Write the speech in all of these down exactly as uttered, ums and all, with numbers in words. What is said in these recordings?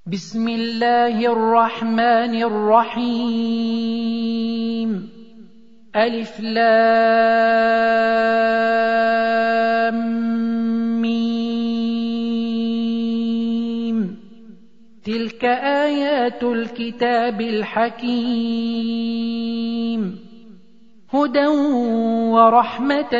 بسم الله الرحمن الرحيم. ألف لام ميم. تلك آيات الكتاب الحكيم، هدى ورحمة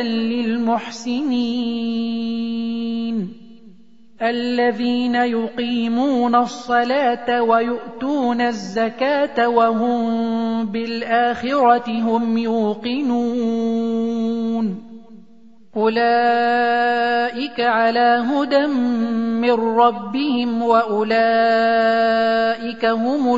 للمحسنين الذين يقيمون الصلاة ويؤتون الزكاة وهم بالآخرة هم يوقنون. أولئك على هدى من ربهم وأولئك هم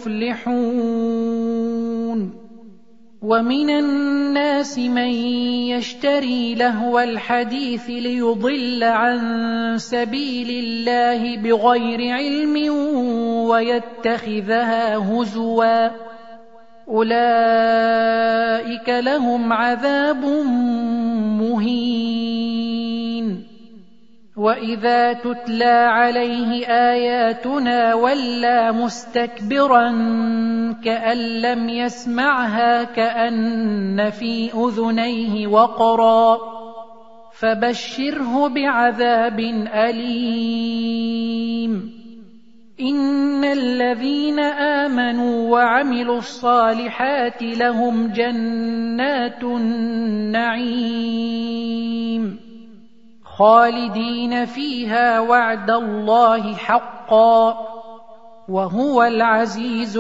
المفلحون. ومن الناس من يشتري لهو الحديث ليضل عن سبيل الله بغير علم ويتخذها هزوا، أولئك لهم عذاب مهين. وإذا تتلى عليه آياتنا ولى مستكبرا كأن لم يسمعها كأن في أذنيه وقرا، فبشره بعذاب أليم. إن الذين آمنوا وعملوا الصالحات لهم جنات النعيم خالدين فيها وعد الله حقا، وهو العزيز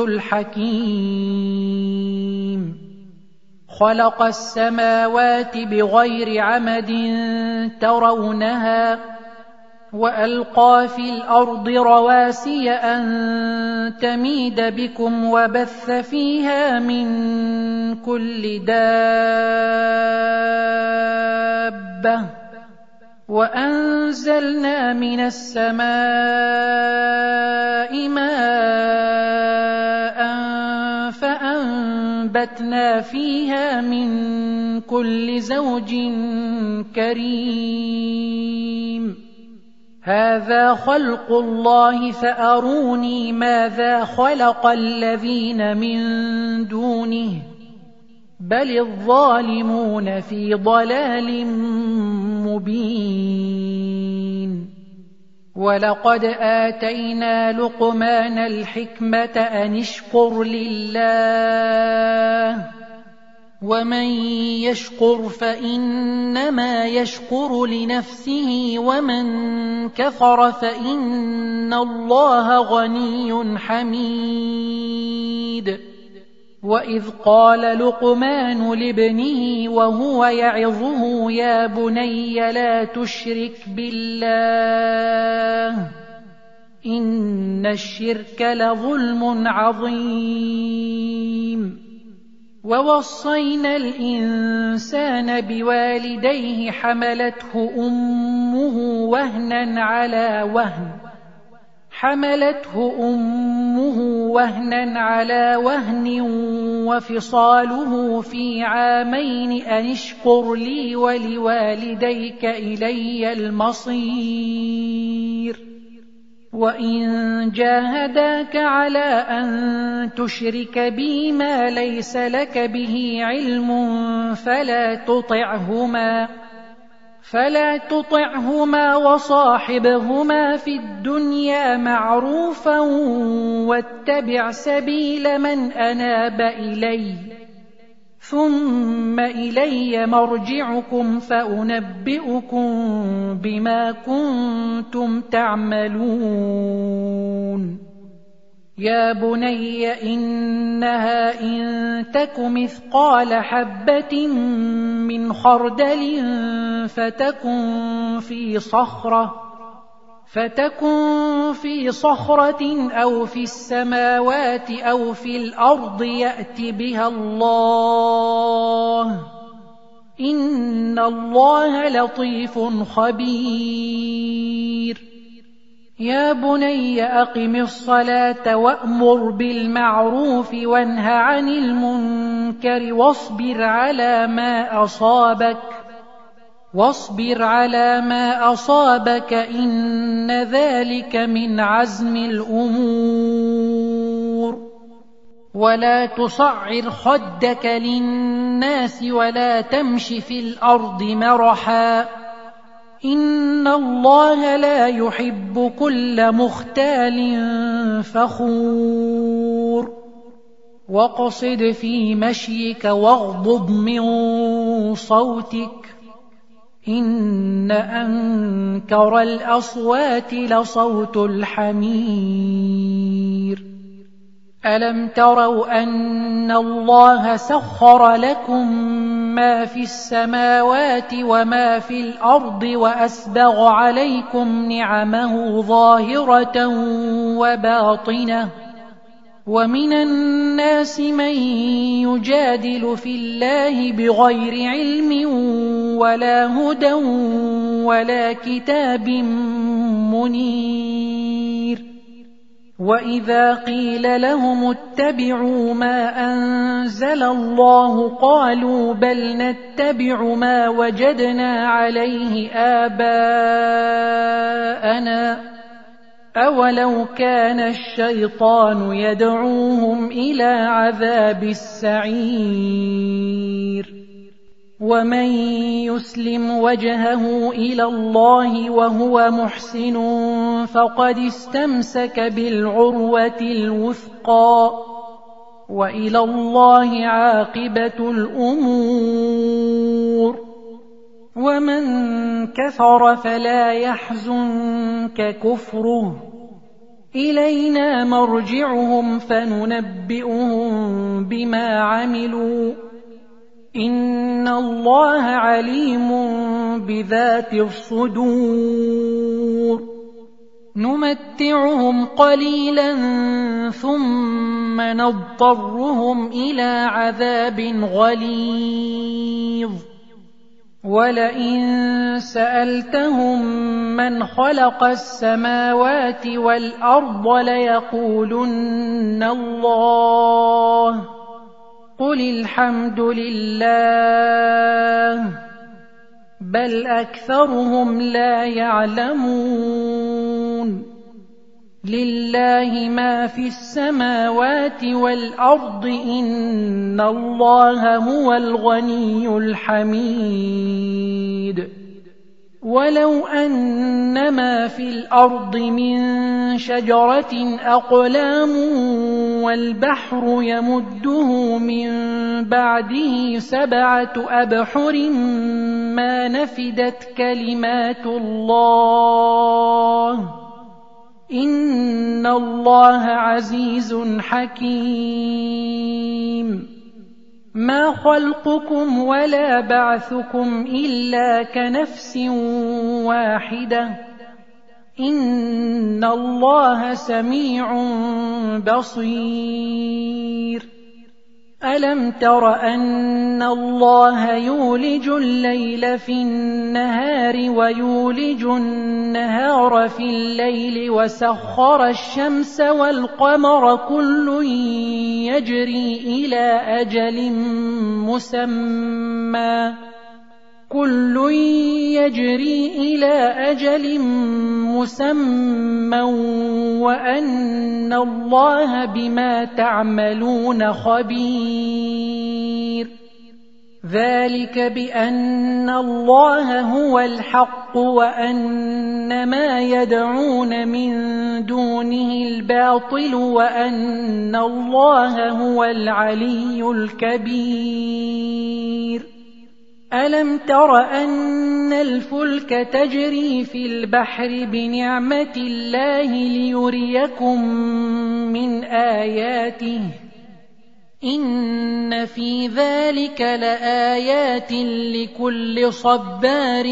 الحكيم. خلق السماوات بغير عمد ترونها، وألقى في الأرض رواسي أن تميد بكم وبث فيها من كل دابة، وأنزلنا من السماء ماء فأنبتنا فيها من كل زوج كريم. هذا خلق الله فأروني ماذا خلق الذين من دونه، بل الظالمون في ضلال مبين. ولقد آتينا لقمان الحكمة أن اشكر لله، ومن يشكر فإنما يشكر لنفسه، ومن كفر فإن الله غني حميد. وإذ قال لقمان لابنه وهو يعظه يا بني لا تشرك بالله إن الشرك لظلم عظيم. ووصينا الإنسان بوالديه حملته أمه وهنا على وهن حملته أمه وهنا على وهن وفصاله في عامين أن اشكر لي ولوالديك إلي المصير. وإن جاهداك على أن تشرك بي ما ليس لك به علم فلا تطعهما فلا تطعهما وصاحبهما في الدنيا معروفا واتبع سبيل من أناب إلي، ثم إلي مرجعكم فأنبئكم بما كنتم تعملون. يا بني إنها إن تك مثقال حبة من خردل فتكن في صخرة فتكن في صخرة أو في السماوات أو في الأرض يأت بها الله، إن الله لطيف خبير. يا بني أقم الصلاة وأمر بالمعروف وانه عن المنكر واصبر على ما أصابك، واصبر على ما أصابك إن ذلك من عزم الأمور ولا تصعر خدك للناس ولا تمش في الأرض مرحا إن الله لا يحب كل مختال فخور واقصد في مشيك واغضض من صوتك إن أنكر الأصوات لصوت الحمير ألم تروا أن الله سخر لكم ما في السماوات وما في الأرض وأسبغ عليكم نعمه ظاهرة وباطنة ومن الناس من يجادل في الله بغير علم ولا هدى ولا كتاب منير وإذا قيل لهم اتبعوا ما أنزل الله قالوا بل نتبع ما وجدنا عليه آباءنا أولو كان الشيطان يدعوهم إلى عذاب السعير ومن يسلم وجهه إلى الله وهو محسن فقد استمسك بالعروة الوثقى وإلى الله عاقبة الأمور ومن كفر فلا يحزنك كفره إلينا مرجعهم فننبئهم بما عملوا إن الله عليم بذات الصدور نمتعهم قليلا ثم نضطرهم إلى عذاب غليظ ولئن سألتهم من خلق السماوات والأرض ليقولن الله قل الحمد لله بل أكثرهم لا يعلمون لله ما في السماوات والأرض إن الله هو الغني الحميد ولو أن ما في الأرض من شجرة أقلام والبحر يمده من بعده سبعة أبحر ما نفدت كلمات الله إن الله عزيز حكيم ما خلقكم ولا بعثكم إلا كنفس واحدة إن الله سميع بصير ألم تر أن الله يولج الليل في النهار ويولج النهار في الليل وسخر الشمس والقمر كل يجري إلى أجل مسمى كل يجري إلى أجل مسمى وأن الله بما تعملون خبير ذلك بأن الله هو الحق وأن ما يدعون من دونه الباطل وأن الله هو العلي الكبير ألم تر أن الفلك تجري في البحر بنعمة الله ليريكم من آياته إن في ذلك لآيات لكل صبار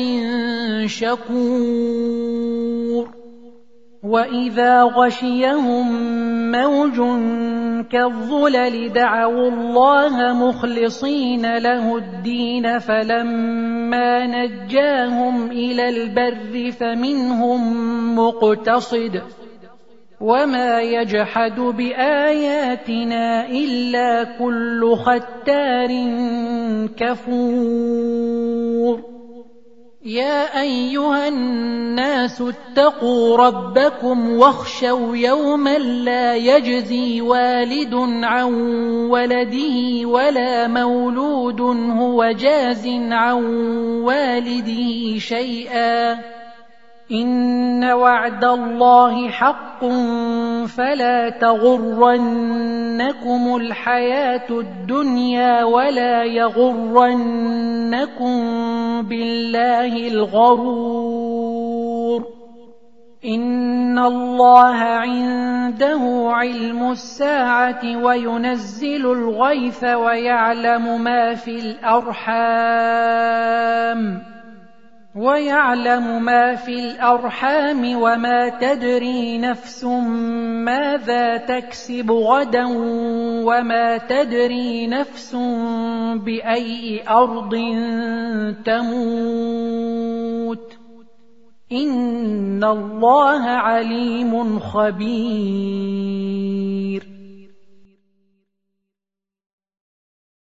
شكور وإذا غشيهم موج كالظلل دعوا الله مخلصين له الدين فلما نجاهم إلى البر فمنهم مقتصد وما يجحد بآياتنا إلا كل ختار كفور يا أيها الناس اتقوا ربكم واخشوا يوما لا يجزي والد عن ولده ولا مولود هو جاز عن والده شيئا إن وعد الله حق فلا تغرنكم الحياة الدنيا ولا يغرنكم بالله الغرور إن الله عنده علم الساعة وينزل الغيث ويعلم ما في الأرحام ويعلم ما في الأرحام وما تدري نفس ماذا تكسب غدا وما تدري نفس بأي أرض تموت إن الله عليم خبير